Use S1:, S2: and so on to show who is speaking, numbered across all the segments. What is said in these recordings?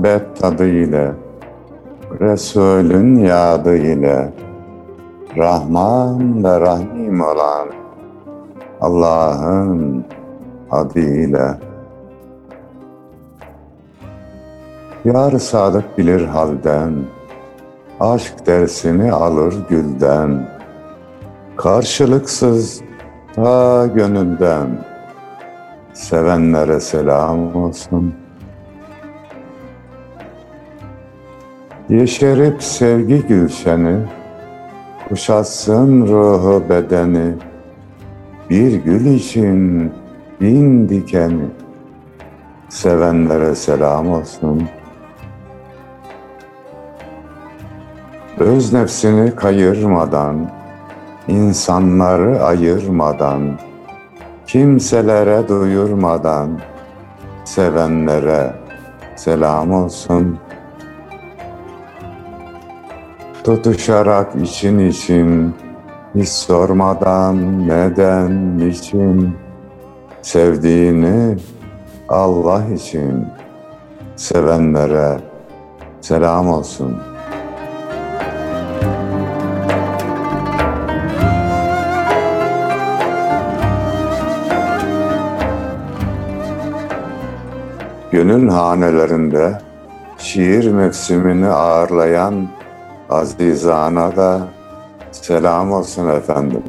S1: muhabbet tadı ile, Resulün yadı ile, Rahman ve Rahim olan Allah'ın adıyla. Yar sadık bilir halden, aşk dersini alır gülden, karşılıksız ta gönülden, sevenlere selam olsun. Yeşerip sevgi gülşeni, kuşatsın ruhu bedeni, bir gül için bin dikeni, sevenlere selam olsun. Öz nefsini kayırmadan, insanları ayırmadan, kimselere duyurmadan, sevenlere selam olsun. Tutuşarak için, hiç sormadan neden, niçin, sevdiğini Allah için, sevenlere selam olsun. Gönül hanelerinde şiir mevsimini ağırlayan azizana da selam olsun efendim.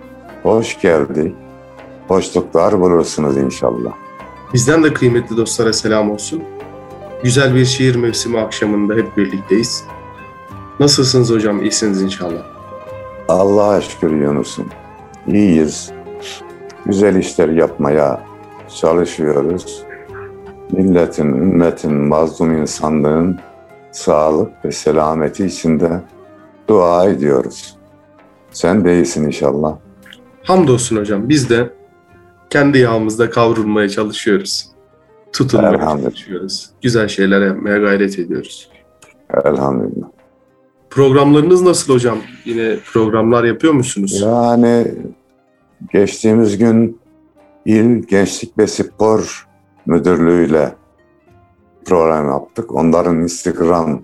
S1: Hoş geldik, hoşluklar bulursunuz inşallah.
S2: Bizden de kıymetli dostlara selam olsun. Güzel bir şiir mevsimi akşamında hep birlikteyiz. Nasılsınız hocam? İyisiniz inşallah.
S1: Allah'a şükür Yunus'um. İyiyiz. Güzel işler yapmaya çalışıyoruz. Milletin, ümmetin, mazlum insanlığın sağlık ve selameti içinde dua ediyoruz. Sen de iyisin inşallah.
S2: Hamdolsun hocam. Biz de kendi yağımızda kavrulmaya çalışıyoruz. Tutunmaya çalışıyoruz. Güzel şeyler yapmaya gayret ediyoruz.
S1: Elhamdülillah.
S2: Programlarınız nasıl hocam? Yine programlar yapıyor musunuz?
S1: Yani geçtiğimiz gün İl Gençlik ve Spor Müdürlüğü'yle program yaptık. Onların Instagram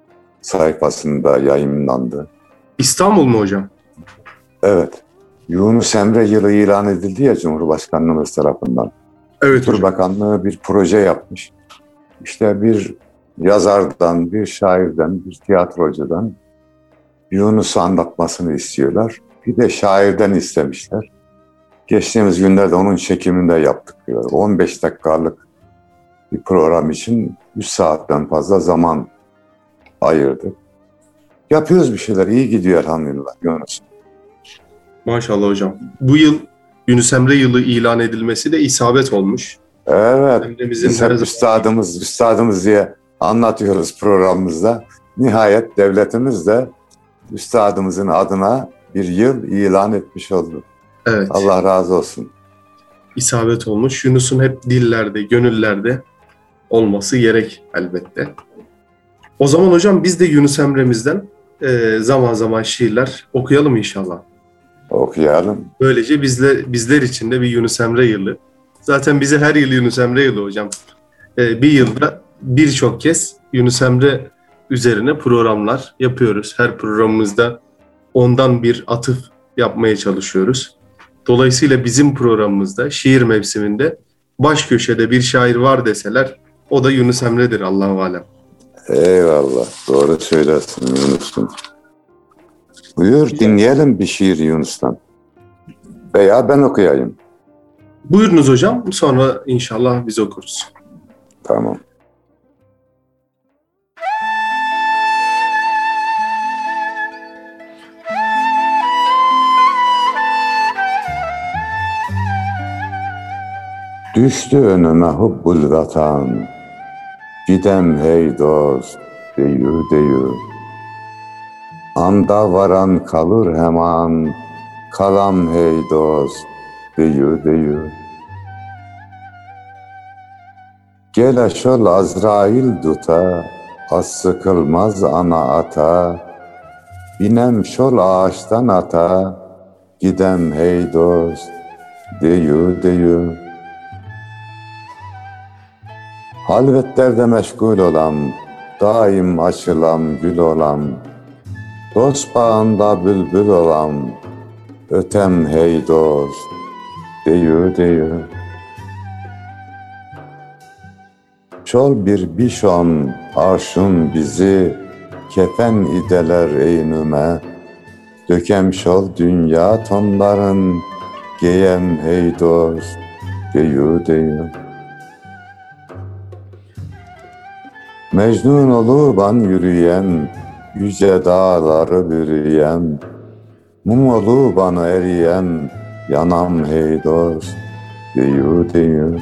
S1: sayfasında yayınlandı.
S2: İstanbul mu hocam?
S1: Evet. Yunus Emre Yılı ilan edildi ya Cumhurbaşkanlığımız tarafından.
S2: Evet
S1: Kültür Bakanlığı bir proje yapmış. İşte bir yazardan, bir şairden, bir tiyatrocudan Yunus'u anlatmasını istiyorlar. Bir de şairden istemişler. Geçtiğimiz günlerde onun çekimini de yaptık diyor. 15 dakikalık bir program için 3 saatten fazla zaman ayırdık. Yapıyoruz bir şeyler. İyi gidiyor elhamdülillah Yunus.
S2: Maşallah hocam. Bu yıl Yunus Emre Yılı ilan edilmesi de isabet olmuş.
S1: Evet. Biz hep üstadımız diye anlatıyoruz programımızda. Nihayet devletimiz de üstadımızın adına bir yıl ilan etmiş oldu.
S2: Evet.
S1: Allah razı olsun.
S2: İsabet olmuş. Yunus'un hep dillerde, gönüllerde olması gerek elbette. O zaman hocam biz de Yunus Emre'mizden zaman zaman şiirler okuyalım inşallah.
S1: Okuyalım.
S2: Böylece bizler için de bir Yunus Emre Yılı. Zaten bize her yıl Yunus Emre Yılı hocam. Bir yılda birçok kez Yunus Emre üzerine programlar yapıyoruz. Her programımızda ondan bir atıf yapmaya çalışıyoruz. Dolayısıyla bizim programımızda şiir mevsiminde baş köşede bir şair var deseler o da Yunus Emre'dir Allahu alem.
S1: Eyvallah. Doğru söylersin Yunus'um. Buyur dinleyelim bir şiir Yunus'tan. Veya ben okuyayım.
S2: Buyurunuz hocam. Sonra inşallah biz okuruz.
S1: Tamam. Düştü önüme hubbul vatan, gidem hey dost, deyü. Anda varan kalır hemen, kalam hey dost, deyü. Gele şol Azrail duta, az sıkılmaz ana ata, binem şol ağaçtan ata, gidem hey dost, deyü. Halvetlerde meşgul olam, daim açılam, gül olam. Dost bağında bülbül olam, ötem hey dost, deyü deyü. Çol bir bişon, arşın bizi, kefen ideler eynüme. Dökem şol dünya tonların, geyem hey dost, deyü deyü. Mecnun oluban yürüyen, yüce dağları bürüyen, mum oluban eriyen, yanam hey dost, deyü deyü.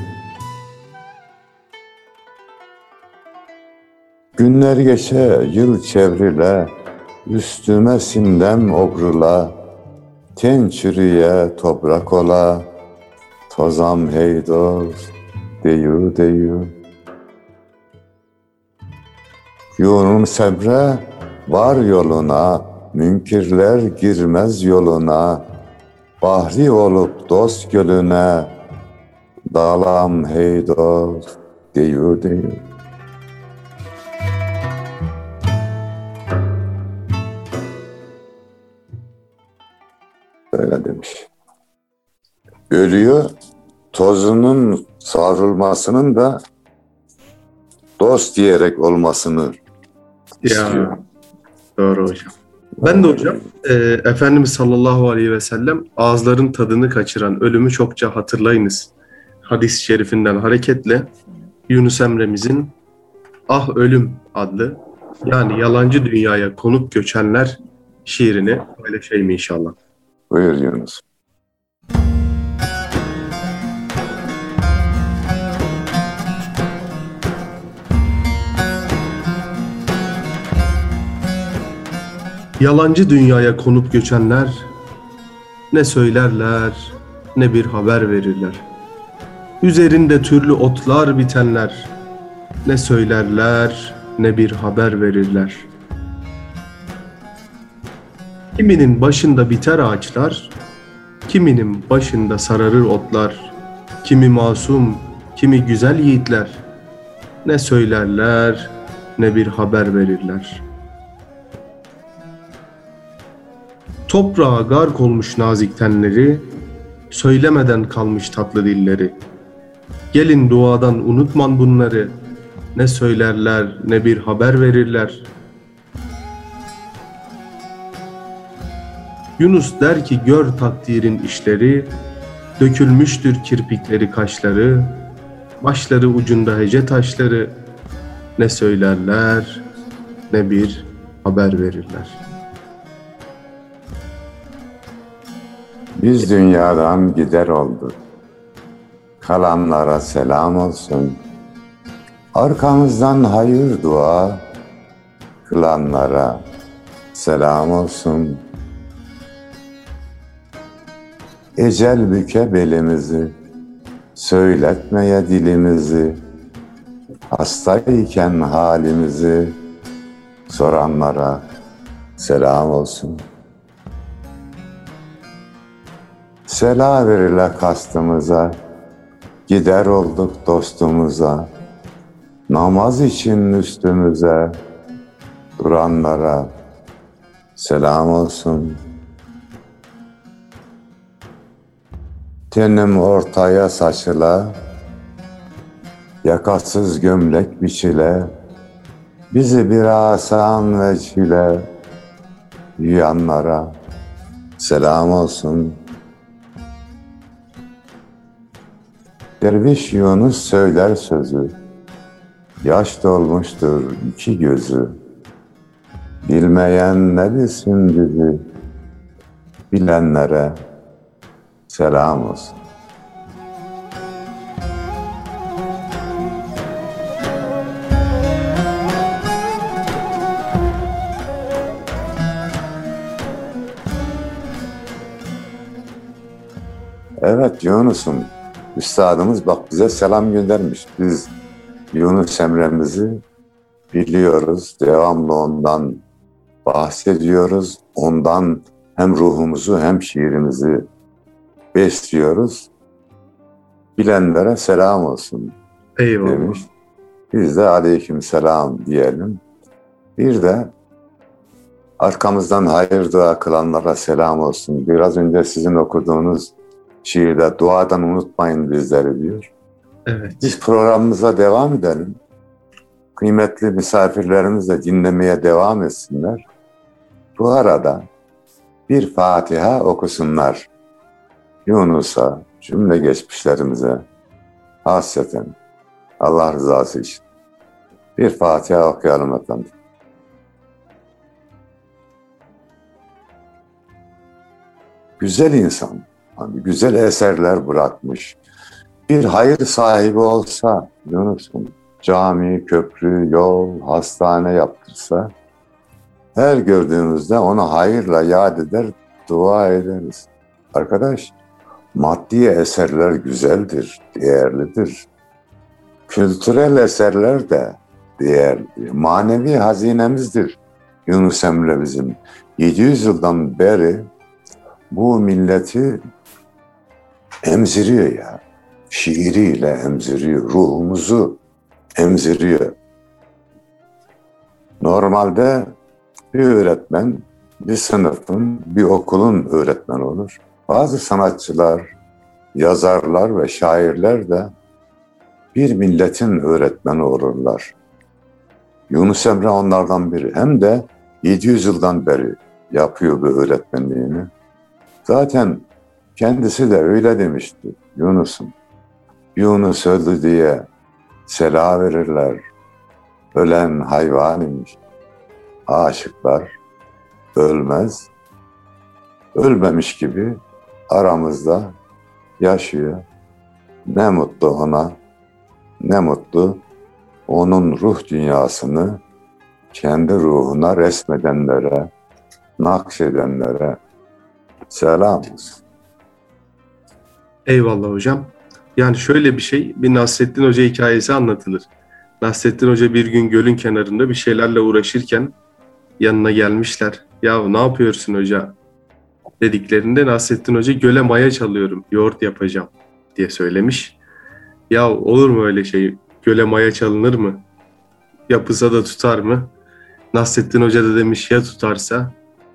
S1: Günler geçe, yıl çevrile, üstüme sindem obrula, ten çürüye toprak ola, tozam hey dost, deyü deyü. Yunus Emre var yoluna, münkirler girmez yoluna, bahri olup dost gölüne, dalam hey dost, deyü deyü. Öyle demiş. Ölüyor, tozunun savrulmasının da dost diyerek olmasını istiyor.
S2: Ya, doğru hocam. Ben de hocam, Efendimiz sallallahu aleyhi ve sellem ağızların tadını kaçıran ölümü çokça hatırlayınız hadis-i şerifinden hareketle Yunus Emre'mizin Ah Ölüm adlı, yani yalancı dünyaya konup göçenler şiirini paylaşayım inşallah.
S1: Buyur Yunus.
S2: Yalancı dünyaya konup göçenler ne söylerler ne bir haber verirler. Üzerinde türlü otlar bitenler ne söylerler ne bir haber verirler. Kiminin başında biter ağaçlar, kiminin başında sararır otlar. Kimi masum, kimi güzel yiğitler ne söylerler ne bir haber verirler. Toprağa gark olmuş nazik tenleri, söylemeden kalmış tatlı dilleri. Gelin duadan unutman bunları, ne söylerler ne bir haber verirler. Yunus der ki gör takdirin işleri, dökülmüştür kirpikleri kaşları, başları ucunda hece taşları, ne söylerler ne bir haber verirler.
S1: Biz dünyadan gider olduk, kalanlara selam olsun. Arkamızdan hayır dua, kılanlara selam olsun. Ecel büke belimizi, söyletmeye dilimizi, hastayken halimizi soranlara selam olsun. Sela verile kastımıza, gider olduk dostumuza, namaz için üstümüze duranlara selam olsun. Tenim ortaya saçıla, yakasız gömlek biçile, bizi bir asan vecile yuyanlara selam olsun. Derviş Yunus söyler sözü, yaş dolmuştur iki gözü. Bilmeyen ne bilsin bizi, bilenlere selam olsun. Evet Yunus'um, üstadımız bak bize selam göndermiş. Biz Yunus Emre'mizi biliyoruz, devamlı ondan bahsediyoruz. Ondan hem ruhumuzu hem şiirimizi besliyoruz. Bilenlere selam olsun
S2: Eyvallah.
S1: demiş. Biz de aleykümselam diyelim. Bir de arkamızdan hayır dua kılanlara selam olsun. Biraz önce sizin okuduğunuz şiirde duadan unutmayın bizleri diyor.
S2: Evet.
S1: Biz programımıza devam edelim. Kıymetli misafirlerimiz de dinlemeye devam etsinler. Bu arada bir Fatiha okusunlar. Yunus'a, cümle geçmişlerimize hasreten Allah rızası için. Bir Fatiha okuyalım efendim. Güzel insan, hani güzel eserler bırakmış. Bir hayır sahibi olsa Yunus'un cami, köprü, yol, hastane yaptırsa her gördüğümüzde onu hayırla yad eder, dua ederiz. Arkadaş, maddi eserler güzeldir, değerlidir. Kültürel eserler de değerli, manevi hazinemizdir. Yunus Emre bizim 700 yıldan beri bu milleti emziriyor ya. Şiiriyle emziriyor, ruhumuzu emziriyor. Normalde bir öğretmen, bir sınıfın, bir okulun öğretmeni olur. Bazı sanatçılar, yazarlar ve şairler de bir milletin öğretmeni olurlar. Yunus Emre onlardan biri. Hem de 700 yıldan beri yapıyor bu öğretmenliğini. Zaten kendisi de öyle demişti Yunus'un. Yunus öldü diye sela verirler. Ölen hayvan imiş. Aşıklar ölmez. Ölmemiş gibi aramızda yaşıyor. Ne mutlu ona, ne mutlu onun ruh dünyasını kendi ruhuna resmedenlere, nakşedenlere selam olsun.
S2: Eyvallah hocam. Yani şöyle bir şey, bir Nasrettin Hoca hikayesi anlatılır. Nasrettin Hoca bir gün gölün kenarında bir şeylerle uğraşırken yanına gelmişler. Ya ne yapıyorsun hoca dediklerinde Nasrettin Hoca göle maya çalıyorum, yoğurt yapacağım diye söylemiş. Ya olur mu öyle şey? Göle maya çalınır mı? Yapılsa da tutar mı? Nasrettin Hoca da demiş ya tutarsa.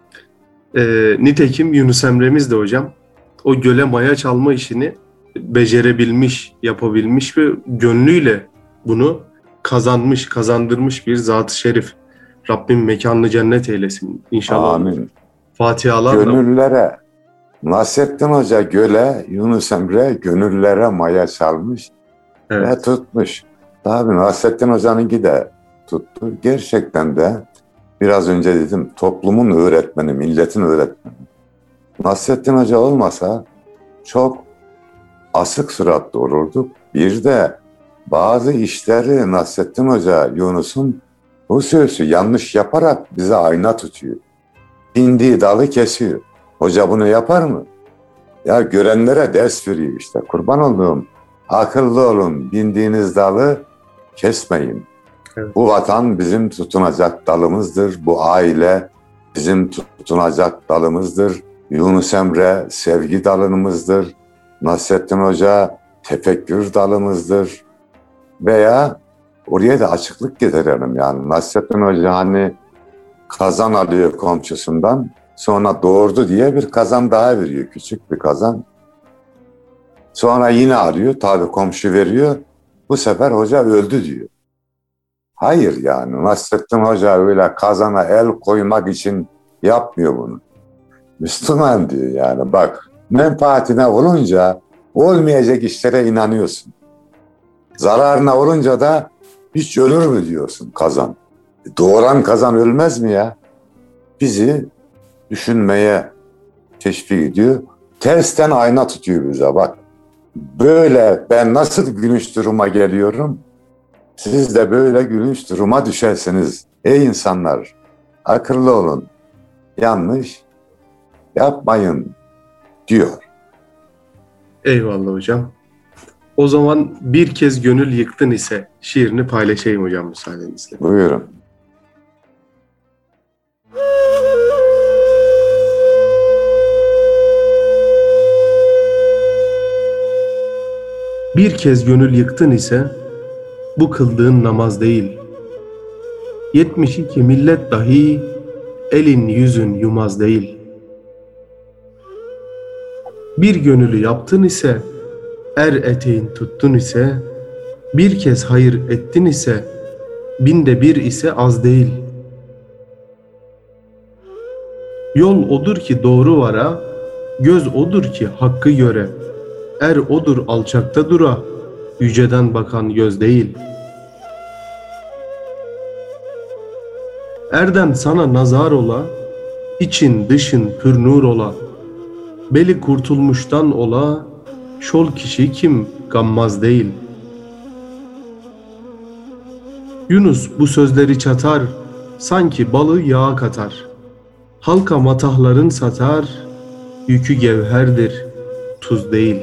S2: Nitekim Yunus Emre'miz de hocam o göle maya çalma işini becerebilmiş, yapabilmiş ve gönlüyle bunu kazandırmış bir zat-ı şerif. Rabbim mekanını cennet eylesin inşallah.
S1: Amin.
S2: Fatihalarla.
S1: Gönüllere, Nasrettin Hoca göle, Yunus Emre gönüllere maya çalmış
S2: Evet.
S1: ve tutmuş. Tabii Nasrettin Hoca'nınki de tuttu. Gerçekten de biraz önce dedim toplumun öğretmeni, milletin öğretmeni. Nasrettin Hoca olmasa çok asık suratlı olurduk. Bir de bazı işleri Nasrettin Hoca Yunus'un bu sözü yanlış yaparak bize ayna tutuyor. İndiği dalı kesiyor. Hoca bunu yapar mı? Ya görenlere ders veriyor işte. Kurban olduğum akıllı olun, bindiğiniz dalı kesmeyin.
S2: Evet.
S1: Bu vatan bizim tutunacak dalımızdır. Bu aile bizim tutunacak dalımızdır. Yunus Emre sevgi dalımızdır. Nasrettin Hoca tefekkür dalımızdır. Veya oraya da açıklık getirelim yani. Nasrettin Hoca hani kazan alıyor komşusundan, sonra doğurdu diye bir kazan daha veriyor, küçük bir kazan. Sonra yine arıyor, tabii komşu veriyor. Bu sefer hoca öldü diyor. Hayır yani Nasrettin Hoca öyle kazana el koymak için yapmıyor bunu. Müslüman diyor yani bak menfaatine olunca olmayacak işlere inanıyorsun. Zararına olunca da hiç ölür mü diyorsun kazan. Doğuran kazan ölmez mi ya? Bizi düşünmeye teşvik ediyor. Tersten ayna tutuyor bize bak. Böyle ben nasıl gülünç duruma geliyorum? Siz de böyle gülünç duruma düşersiniz. Ey insanlar, akıllı olun. Yanlış yapmayın diyor.
S2: Eyvallah hocam. O zaman bir kez gönül yıktın ise şiirini paylaşayım hocam müsaadenizle.
S1: Buyurun.
S2: Bir kez gönül yıktın ise bu kıldığın namaz değil. 72 millet dahi elin yüzün yumaz değil. Bir gönüllü yaptın ise, er eteğin tuttun ise, bir kez hayır ettin ise, binde bir ise az değil. Yol odur ki doğru vara, göz odur ki hakkı göre, er odur alçakta dura, yüceden bakan göz değil. Erdem sana nazar ola, için dışın pür nur ola, beli kurtulmuştan ola, şol kişi kim gammaz değil. Yunus bu sözleri çatar, sanki balı yağa katar. Halka matahların satar, yükü gevherdir, tuz değil.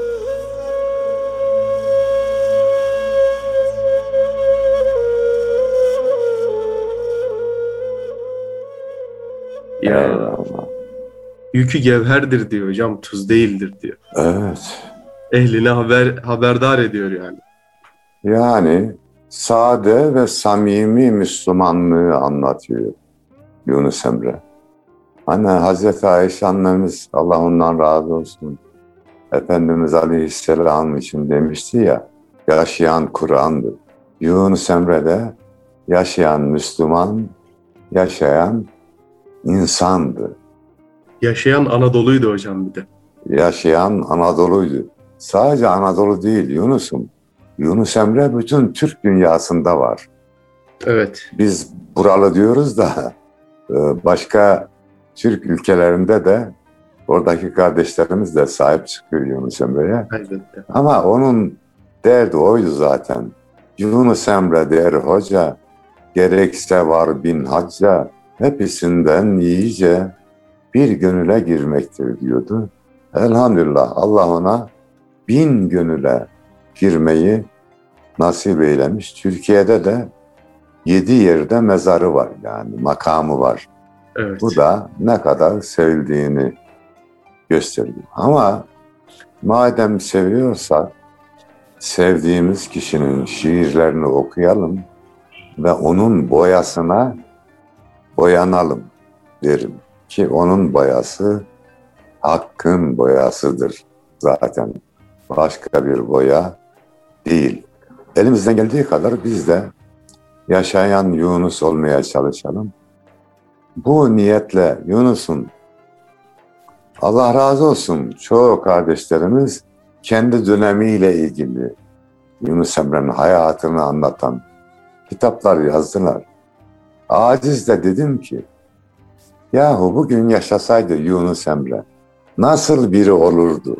S2: Ya
S1: Eyvallah.
S2: yükü gevherdir diyor hocam, tuz değildir diyor.
S1: Evet.
S2: Ehline haberdar ediyor yani.
S1: Yani sade ve samimi Müslümanlığı anlatıyor Yunus Emre. Hani Hazreti Ayşe annemiz, Allah ondan razı olsun, Efendimiz Aleyhisselam için demişti ya, yaşayan Kur'an'dır. Yunus Emre de yaşayan Müslüman, yaşayan insandı.
S2: Yaşayan Anadolu'ydu hocam bir de.
S1: Yaşayan Anadolu'ydu. Sadece Anadolu değil Yunus'um. Yunus Emre bütün Türk dünyasında var.
S2: Evet.
S1: Biz buralı diyoruz da başka Türk ülkelerinde de oradaki kardeşlerimiz de sahip çıkıyor Yunus Emre'ye.
S2: Elbette.
S1: Ama onun derdi oydu zaten. Yunus Emre der hoca, gerekse var bin hacca, hepsinden iyice bir gönüle girmektir diyordu. Elhamdülillah Allah ona 1000 gönüle girmeyi nasip eylemiş. Türkiye'de de 7 yerde mezarı var, yani makamı var.
S2: Evet.
S1: Bu da ne kadar sevildiğini gösteriyor. Ama madem seviyorsak sevdiğimiz kişinin şiirlerini okuyalım ve onun boyasına boyanalım derim. Ki onun boyası Hakk'ın boyasıdır zaten. Başka bir boya değil. Elimizden geldiği kadar biz de yaşayan Yunus olmaya çalışalım. Bu niyetle Yunus'un, Allah razı olsun, çoğu kardeşlerimiz kendi dönemiyle ilgili Yunus Emre'nin hayatını anlatan kitaplar yazdılar. Aciz de dedim ki, yahu bugün yaşasaydı Yunus Emre nasıl biri olurdu?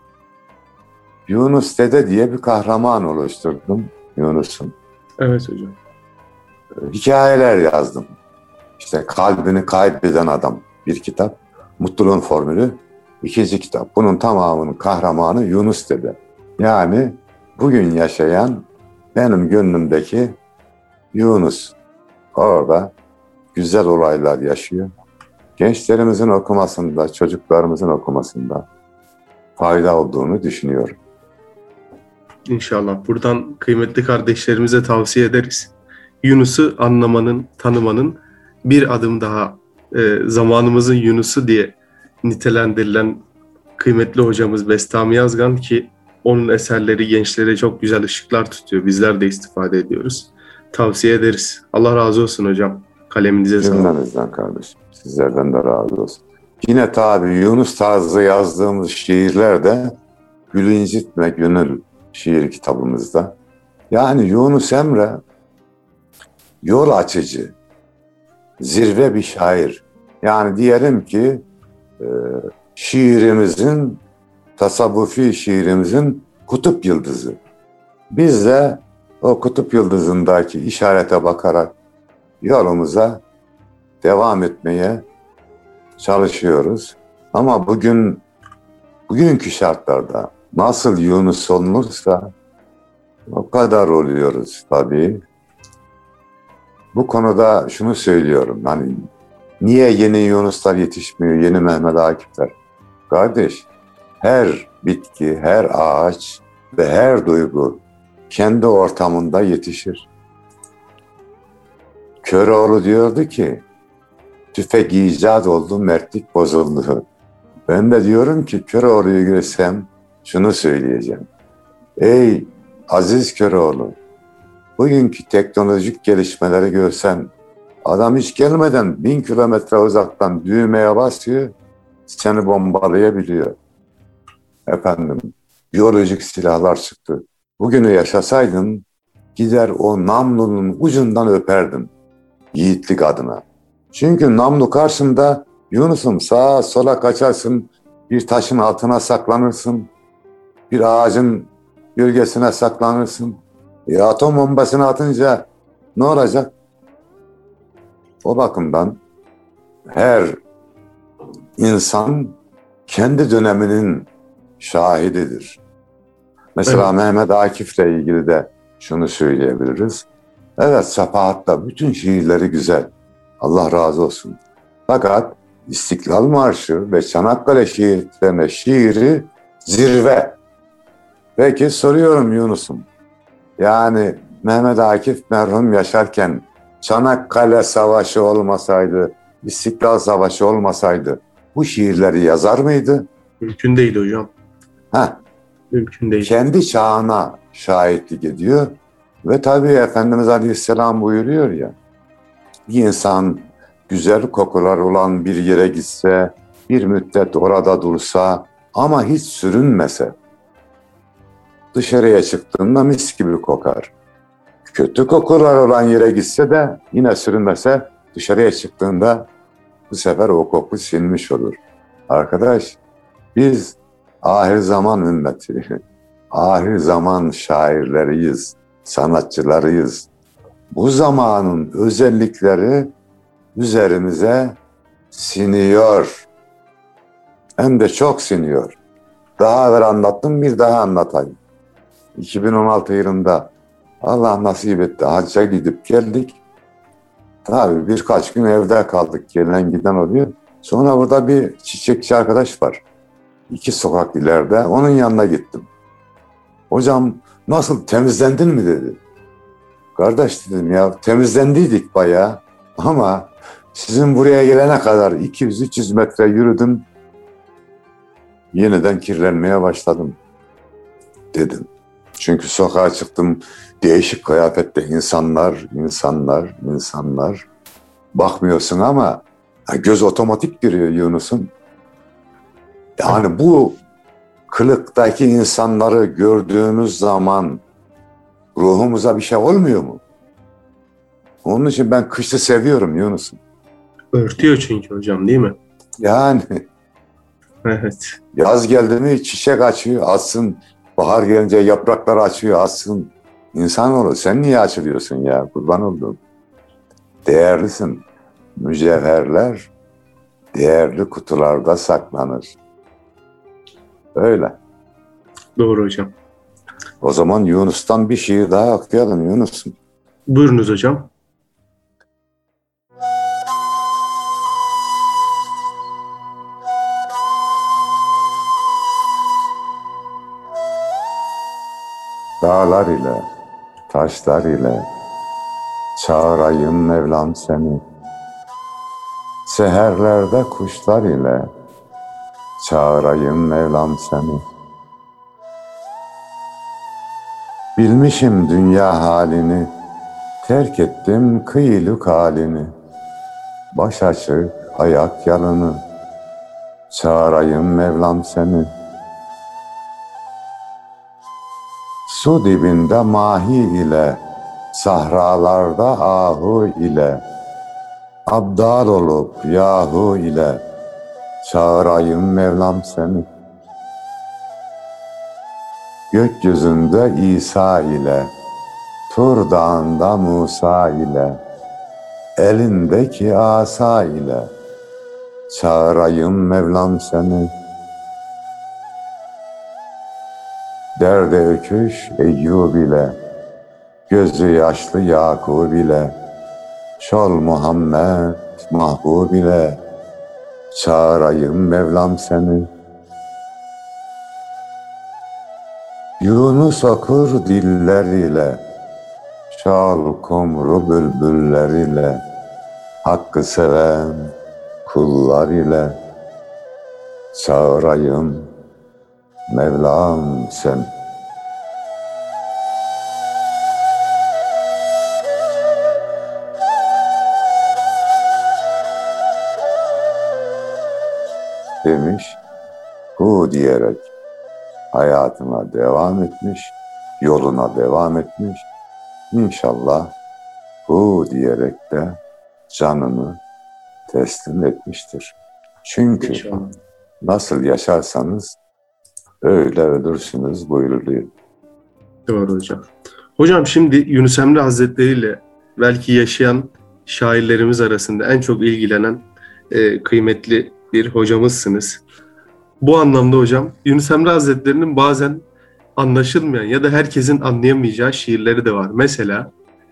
S1: Yunus Dede diye bir kahraman oluşturdum Yunus'un.
S2: Evet hocam.
S1: Hikayeler yazdım. İşte kalbini kaybeden adam bir kitap, Mutluluğun Formülü ikinci kitap. Bunun tamamının kahramanı Yunus Dede. Yani bugün yaşayan benim gönlümdeki Yunus. Orada güzel olaylar yaşıyor. Gençlerimizin okumasında, çocuklarımızın okumasında fayda olduğunu düşünüyorum.
S2: İnşallah. Buradan kıymetli kardeşlerimize tavsiye ederiz. Yunus'u anlamanın, tanımanın bir adım daha zamanımızın Yunus'u diye nitelendirilen kıymetli hocamız Bestami Yazgan, ki onun eserleri gençlere çok güzel ışıklar tutuyor. Bizler de istifade ediyoruz. Tavsiye ederiz. Allah razı olsun hocam. Kaleminize sağlık.
S1: Cümlemizden kardeşim. Sizlerden de razı olsun. Yine tabii Yunus tarzı yazdığımız şiirler de Gül İncitme Gönül şiir kitabımızda. Yani Yunus Emre yol açıcı, zirve bir şair. Yani diyelim ki şiirimizin, tasavvufi şiirimizin kutup yıldızı. Biz de o kutup yıldızındaki işarete bakarak yolumuza devam etmeye çalışıyoruz. Ama bugünkü şartlarda nasıl Yunus olunursa o kadar oluyoruz tabii. Bu konuda şunu söylüyorum. Hani niye yeni Yunuslar yetişmiyor, yeni Mehmet Akifler? Kardeş, her bitki, her ağaç ve her duygu kendi ortamında yetişir. Köroğlu diyordu ki, tüfek icat oldu, mertlik bozuldu. Ben de diyorum ki Köroğlu'yu görsem şunu söyleyeceğim. Ey aziz Köroğlu, bugünkü teknolojik gelişmeleri görsen, adam hiç gelmeden 1000 kilometre uzaktan düğmeye basıyor, seni bombalayabiliyor. Efendim, biyolojik silahlar çıktı. Bugünü yaşasaydın, gider o namlunun ucundan öperdin yiğitlik adına. Çünkü namlu karşında Yunus'um sağa sola kaçarsın, bir taşın altına saklanırsın, bir ağacın gölgesine saklanırsın. Atom bombasını atınca ne olacak? O bakımdan her insan kendi döneminin şahididir. Mesela
S2: Evet.
S1: Mehmet Akif'le ilgili de şunu söyleyebiliriz. Evet, Sapahat'ta bütün şiirleri güzel. Allah razı olsun. Fakat İstiklal Marşı ve Çanakkale şiirlerine şiiri zirve. Peki soruyorum Yunus'um. Yani Mehmet Akif merhum yaşarken Çanakkale Savaşı olmasaydı, İstiklal Savaşı olmasaydı bu şiirleri yazar mıydı?
S2: Mümkün değil hocam.
S1: Heh,
S2: Mümkün değil.
S1: kendi çağına şahitlik ediyor. Ve tabii Efendimiz Aleyhisselam buyuruyor ya, bir insan güzel kokular olan bir yere gitse, bir müddet orada dursa ama hiç sürünmese, dışarıya çıktığında mis gibi kokar. Kötü kokular olan yere gitse de yine sürünmese, dışarıya çıktığında bu sefer o koku sinmiş olur. Arkadaş, biz ahir zaman ümmeti, ahir zaman şairleriyiz, sanatçılarıyız. Bu zamanın özellikleri üzerimize siniyor. Hem de çok siniyor. Daha evvel anlattım, bir daha anlatayım. 2016 yılında Allah nasip etti, hacca gidip geldik. Tabii birkaç gün evde kaldık, gelen giden oluyor. Sonra burada bir çiçekçi arkadaş var. 2 sokak ileride, onun yanına gittim. Hocam nasıl, temizlendin mi dedi. Kardeş dedim ya, temizlendiydik bayağı ama sizin buraya gelene kadar 200-300 metre yürüdüm, yeniden kirlenmeye başladım dedim. Çünkü sokağa çıktım, değişik kıyafette insanlar. Bakmıyorsun ama göz otomatik giriyor Yunus'un. Yani bu kılıktaki insanları gördüğümüz zaman ruhumuza bir şey olmuyor mu? Onun için ben kışı seviyorum Yunus'um.
S2: Örtüyor çünkü hocam, değil mi?
S1: Yani
S2: Evet.
S1: yaz geldi mi çiçek açıyor, açsın. Bahar gelince yapraklar açıyor, açsın. İnsanoğlu sen niye açılıyorsun ya? Kurban oldum. Değerlisin. Mücevherler değerli kutularda saklanır. Öyle.
S2: Doğru hocam.
S1: O zaman Yunus'tan bir şiir daha okuyalım Yunus'um.
S2: Buyurunuz hocam.
S1: Dağlar ile, taşlar ile çağırayım Mevlam seni. Seherlerde kuşlar ile çağırayım Mevlam seni. Bilmişim dünya halini, terk ettim kıyluk halini. Baş açık, ayak yalını, çağırayım Mevlam seni. Su dibinde mahi ile, sahralarda ahu ile, abdal olup yahu ile, çağırayım Mevlam seni. Gökyüzünde İsa ile, Tur Dağı'nda Musa ile, elindeki asa ile, çağırayım Mevlam seni. Derde öküş Eyyub ile, gözü yaşlı Yakub ile, şol Muhammed Mahbub ile, çağırayım Mevlam seni. Yunus okur dilleriyle, şal kumru bülbülleriyle, hakkı seven kullar ile, çağırayım Mevlam sen. Demiş, hu diyerek hayatına devam etmiş, yoluna devam etmiş. İnşallah hu diyerek de canını teslim etmiştir. Çünkü
S2: İnşallah.
S1: nasıl yaşarsanız öyle ölürsünüz buyuruluyor.
S2: Doğru hocam. Hocam şimdi Yunus Emre Hazretleri ile belki yaşayan şairlerimiz arasında en çok ilgilenen kıymetli bir hocamızsınız. Bu anlamda hocam Yunus Emre Hazretleri'nin bazen anlaşılmayan ya da herkesin anlayamayacağı şiirleri de var. Mesela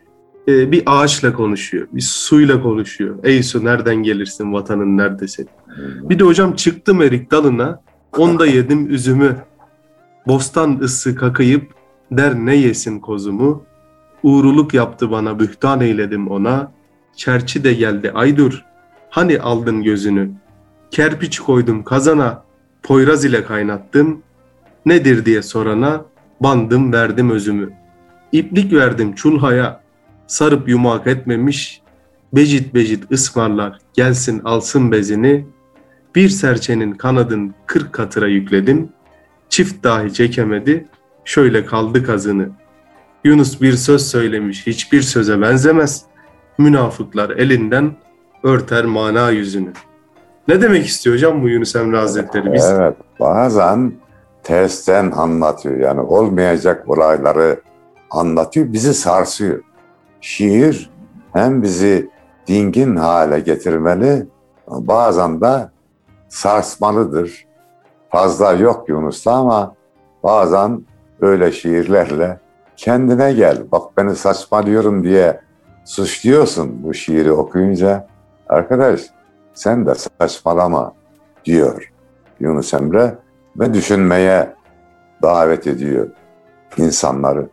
S2: bir ağaçla konuşuyor, bir suyla konuşuyor. Ey su nereden gelirsin, vatanın neredesin? Bir de hocam çıktım erik dalına, onda yedim üzümü. Bostan ıssı kakayıp der ne yesin kozumu. Uğruluk yaptı bana, bühtan eyledim ona. Çerçi de geldi aydur, hani aldın gözünü. Kerpiç koydum kazana, Poyraz ile kaynattım. Nedir diye sorana, bandım verdim özümü. İplik verdim çulhaya, sarıp yumak etmemiş. Becit becit ısmarlar, gelsin alsın bezini. Bir serçenin kanadın 40 katıra yükledim. Çift dahi çekemedi, şöyle kaldı kazını. Yunus bir söz söylemiş, hiçbir söze benzemez. Münafıklar elinden örter mana yüzünü. Ne demek istiyor hocam bu Yunus Emre Hazretleri?
S1: Evet, bazen tersten anlatıyor. Yani olmayacak olayları anlatıyor, bizi sarsıyor. Şiir hem bizi dingin hale getirmeli, bazen de sarsmalıdır. Fazla yok Yunus'ta ama bazen böyle şiirlerle kendine gel. Bak beni saçmalıyorum diye suçluyorsun bu şiiri okuyunca. Arkadaş sen de saçmalama diyor Yunus Emre ve düşünmeye davet ediyor insanları.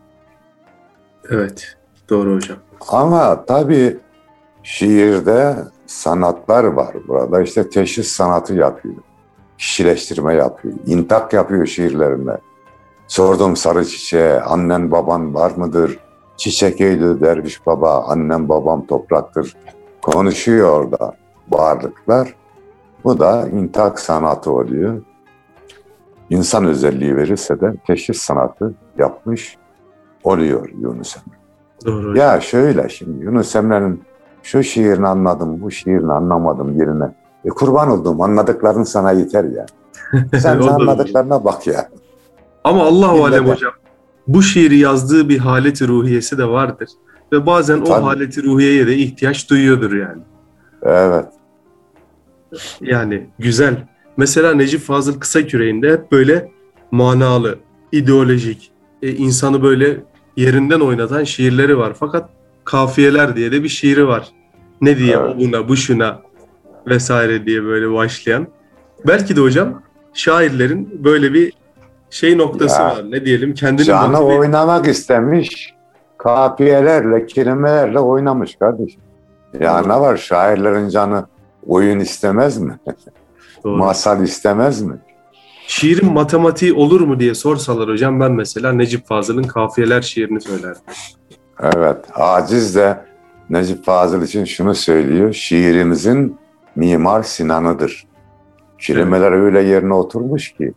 S2: Evet, doğru hocam.
S1: Ama tabii şiirde sanatlar var burada. İşte teşhis sanatı yapıyor. Kişileştirme yapıyor. İntak yapıyor şiirlerinde. Sordum sarı çiçeğe, annen baban var mıdır? Çiçek eylü derviş baba, annem babam topraktır. Konuşuyor orada varlıklar. Bu da intak sanatı oluyor. İnsan özelliği verirse de teşhis sanatı yapmış oluyor Yunus Emre.
S2: Doğru hocam.
S1: Ya şöyle şimdi Yunus Emre'nin şu şiirini anladım, bu şiirini anlamadım yerine. Kurban olduğum anladıkların sana yeter ya. Sen
S2: O da
S1: anladıklarına bak ya.
S2: Ama Allahu alem
S1: Millete.
S2: hocam, bu şiiri yazdığı bir haleti ruhiyesi de vardır. Ve bazen o
S1: Tabii.
S2: haleti ruhiyeye de ihtiyaç duyuyordur yani.
S1: Evet.
S2: Yani güzel. Mesela Necip Fazıl Kısaküre'inde hep böyle manalı, ideolojik, insanı böyle yerinden oynatan şiirleri var. Fakat Kafiyeler diye de bir şiiri var. Ne diye
S1: Evet.
S2: o buna, bu şuna vesaire diye böyle başlayan. Belki de hocam şairlerin böyle bir şey noktası
S1: Ya,
S2: var. Ne diyelim? Kendini
S1: canı
S2: motive-
S1: oynamak istemiş. Kafiyelerle, kelimelerle oynamış kardeşim. Ya
S2: Doğru.
S1: ne var şairlerin canı oyun istemez mi?
S2: Doğru.
S1: Masal istemez mi?
S2: Şiirin matematiği olur mu diye sorsalar hocam, ben mesela Necip Fazıl'ın Kafiyeler şiirini söylerdim.
S1: Evet. Aciz de Necip Fazıl için şunu söylüyor. Şiirimizin Mimar Sinan'ıdır. Kelimeler öyle yerine oturmuş ki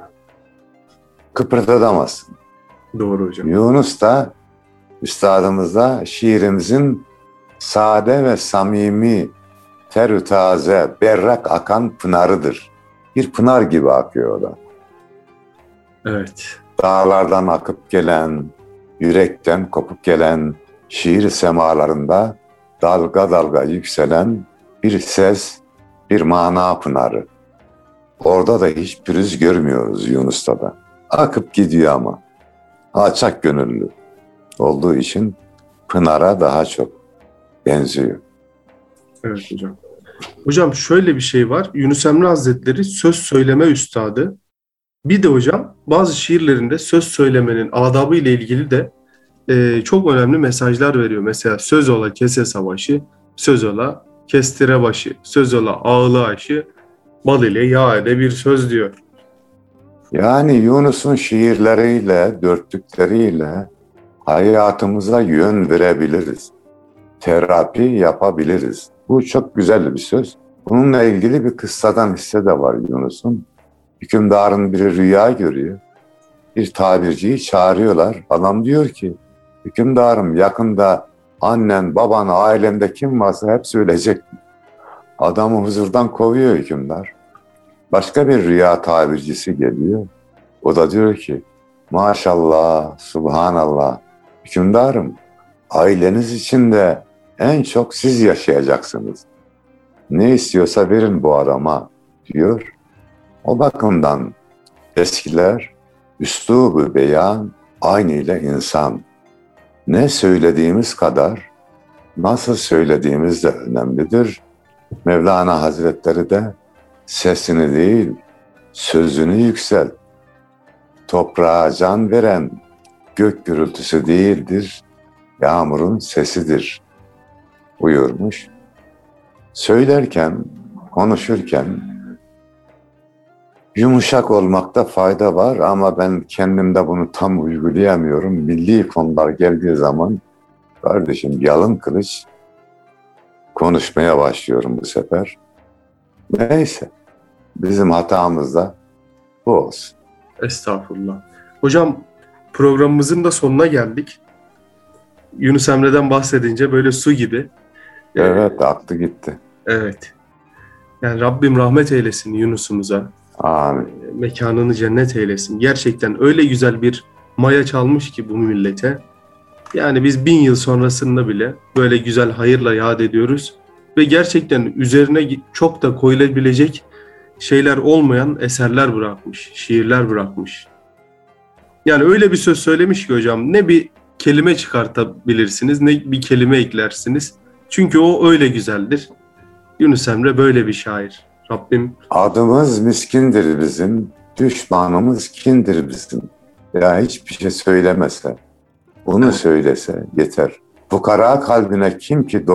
S1: kıpırdatamazsın.
S2: Doğru hocam.
S1: Yunus da üstadımız da şiirimizin sade ve samimi, terü taze, berrak akan pınarıdır. Bir pınar gibi akıyor o da.
S2: Evet.
S1: Dağlardan akıp gelen, yürekten kopup gelen şiir semalarında dalga dalga yükselen bir ses, bir mana pınarı. Orada da hiç pürüz görmüyoruz Yunus'ta da. Akıp gidiyor ama. Alçak gönüllü olduğu için pınara daha çok benziyor.
S2: Evet hocam. Hocam şöyle bir şey var. Yunus Emre Hazretleri söz söyleme üstadı Bir de hocam bazı şiirlerinde söz söylemenin adabı ile ilgili de çok önemli mesajlar veriyor. Mesela söz ola kese savaşı, söz ola kestire başı, söz ola ağlı aşı, bal ile yağ ile bir söz diyor.
S1: Yani Yunus'un şiirleriyle, dörtlükleriyle hayatımıza yön verebiliriz. Terapi yapabiliriz. Bu çok güzel bir söz. Bununla ilgili bir kıssadan hisse de var Yunus'un. Hükümdarın biri rüya görüyor. Bir tabirciyi çağırıyorlar. Adam diyor ki, hükümdarım yakında annen, baban, ailende kim varsa hepsi ölecek. Adamı huzurdan kovuyor hükümdar. Başka bir rüya tabircisi geliyor. O da diyor ki, maşallah, subhanallah, hükümdarım, aileniz içinde en çok siz yaşayacaksınız. Ne istiyorsa verin bu adama diyor. O bakımdan eskiler üslubu beyan aynı ile insan. Ne söylediğimiz kadar nasıl söylediğimiz de önemlidir. Mevlana Hazretleri de sesini değil sözünü yükselt. Toprağa can veren gök gürültüsü değildir, yağmurun sesidir buyurmuş. Söylerken, konuşurken yumuşak olmakta fayda var ama ben kendimde bunu tam uygulayamıyorum. Milli konular geldiği zaman kardeşim yalın kılıç konuşmaya başlıyorum bu sefer. Neyse, bizim hatamız da bu olsun.
S2: Estağfurullah. Hocam programımızın da sonuna geldik. Yunus Emre'den bahsedince böyle su gibi.
S1: Evet, aktı gitti.
S2: Evet. Yani Rabbim rahmet eylesin Yunus'umuza.
S1: Amin.
S2: Mekanını cennet eylesin. Gerçekten öyle güzel bir maya çalmış ki bu millete. Yani biz 1000 yıl sonrasında bile böyle güzel hayırla yad ediyoruz. Ve gerçekten üzerine çok da koyulabilecek şeyler olmayan eserler bırakmış, şiirler bırakmış. Yani öyle bir söz söylemiş ki hocam, ne bir kelime çıkartabilirsiniz, ne bir kelime eklersiniz. Çünkü o öyle güzeldir. Yunus Emre böyle bir şair. Rabbim...
S1: Adımız miskindir bizim, düşmanımız kindir bizim. Ya hiçbir şey söylemese, bunu söylese yeter. Fukara kalbine kim ki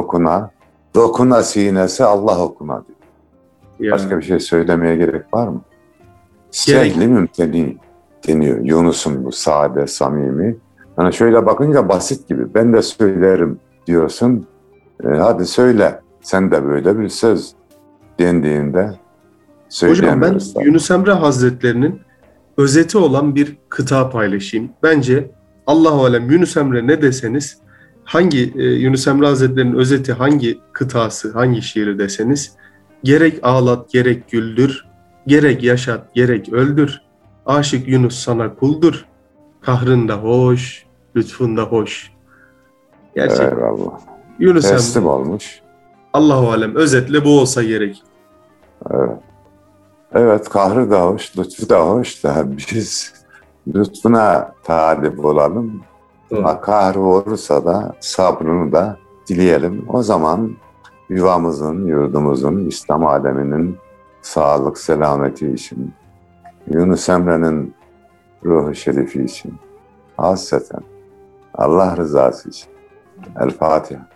S1: dokuna sinesi Allah okuna diyor.
S2: Ya.
S1: Başka bir şey söylemeye gerek var mı?
S2: Gerek.
S1: Sehli mümteni deniyor. Yunus'un bu sade, samimi. Yani şöyle bakınca basit gibi. Ben de söylerim diyorsun. Hadi söyle. Sen de böyle bir söz dendiğinde söyleyemiyoruz.
S2: Hocam ben Yunus Emre Hazretlerinin özeti olan bir kıta paylaşayım. Bence Allahu alem Yunus Emre ne deseniz, hangi Yunus Emre Hazretleri'nin özeti hangi kıtası, hangi şiiri deseniz, gerek ağlat gerek güldür, gerek yaşat gerek öldür, aşık Yunus sana kuldur, kahrında hoş, lütfunda hoş. Gerçekten
S1: Eyvallah.
S2: Yunus
S1: Teslim
S2: Emre
S1: olmuş.
S2: Allahu alem özetle bu olsa gerek.
S1: Evet. Evet, kahrı da hoş, lütfu da hoş da biz lütfuna talip olalım. Ama kahrı olursa da sabrını da dileyelim. O zaman yuvamızın, yurdumuzun, İslam aleminin sağlık, selameti için, Yunus Emre'nin ruhu şerifi için, hasreten Allah rızası için. El Fatiha.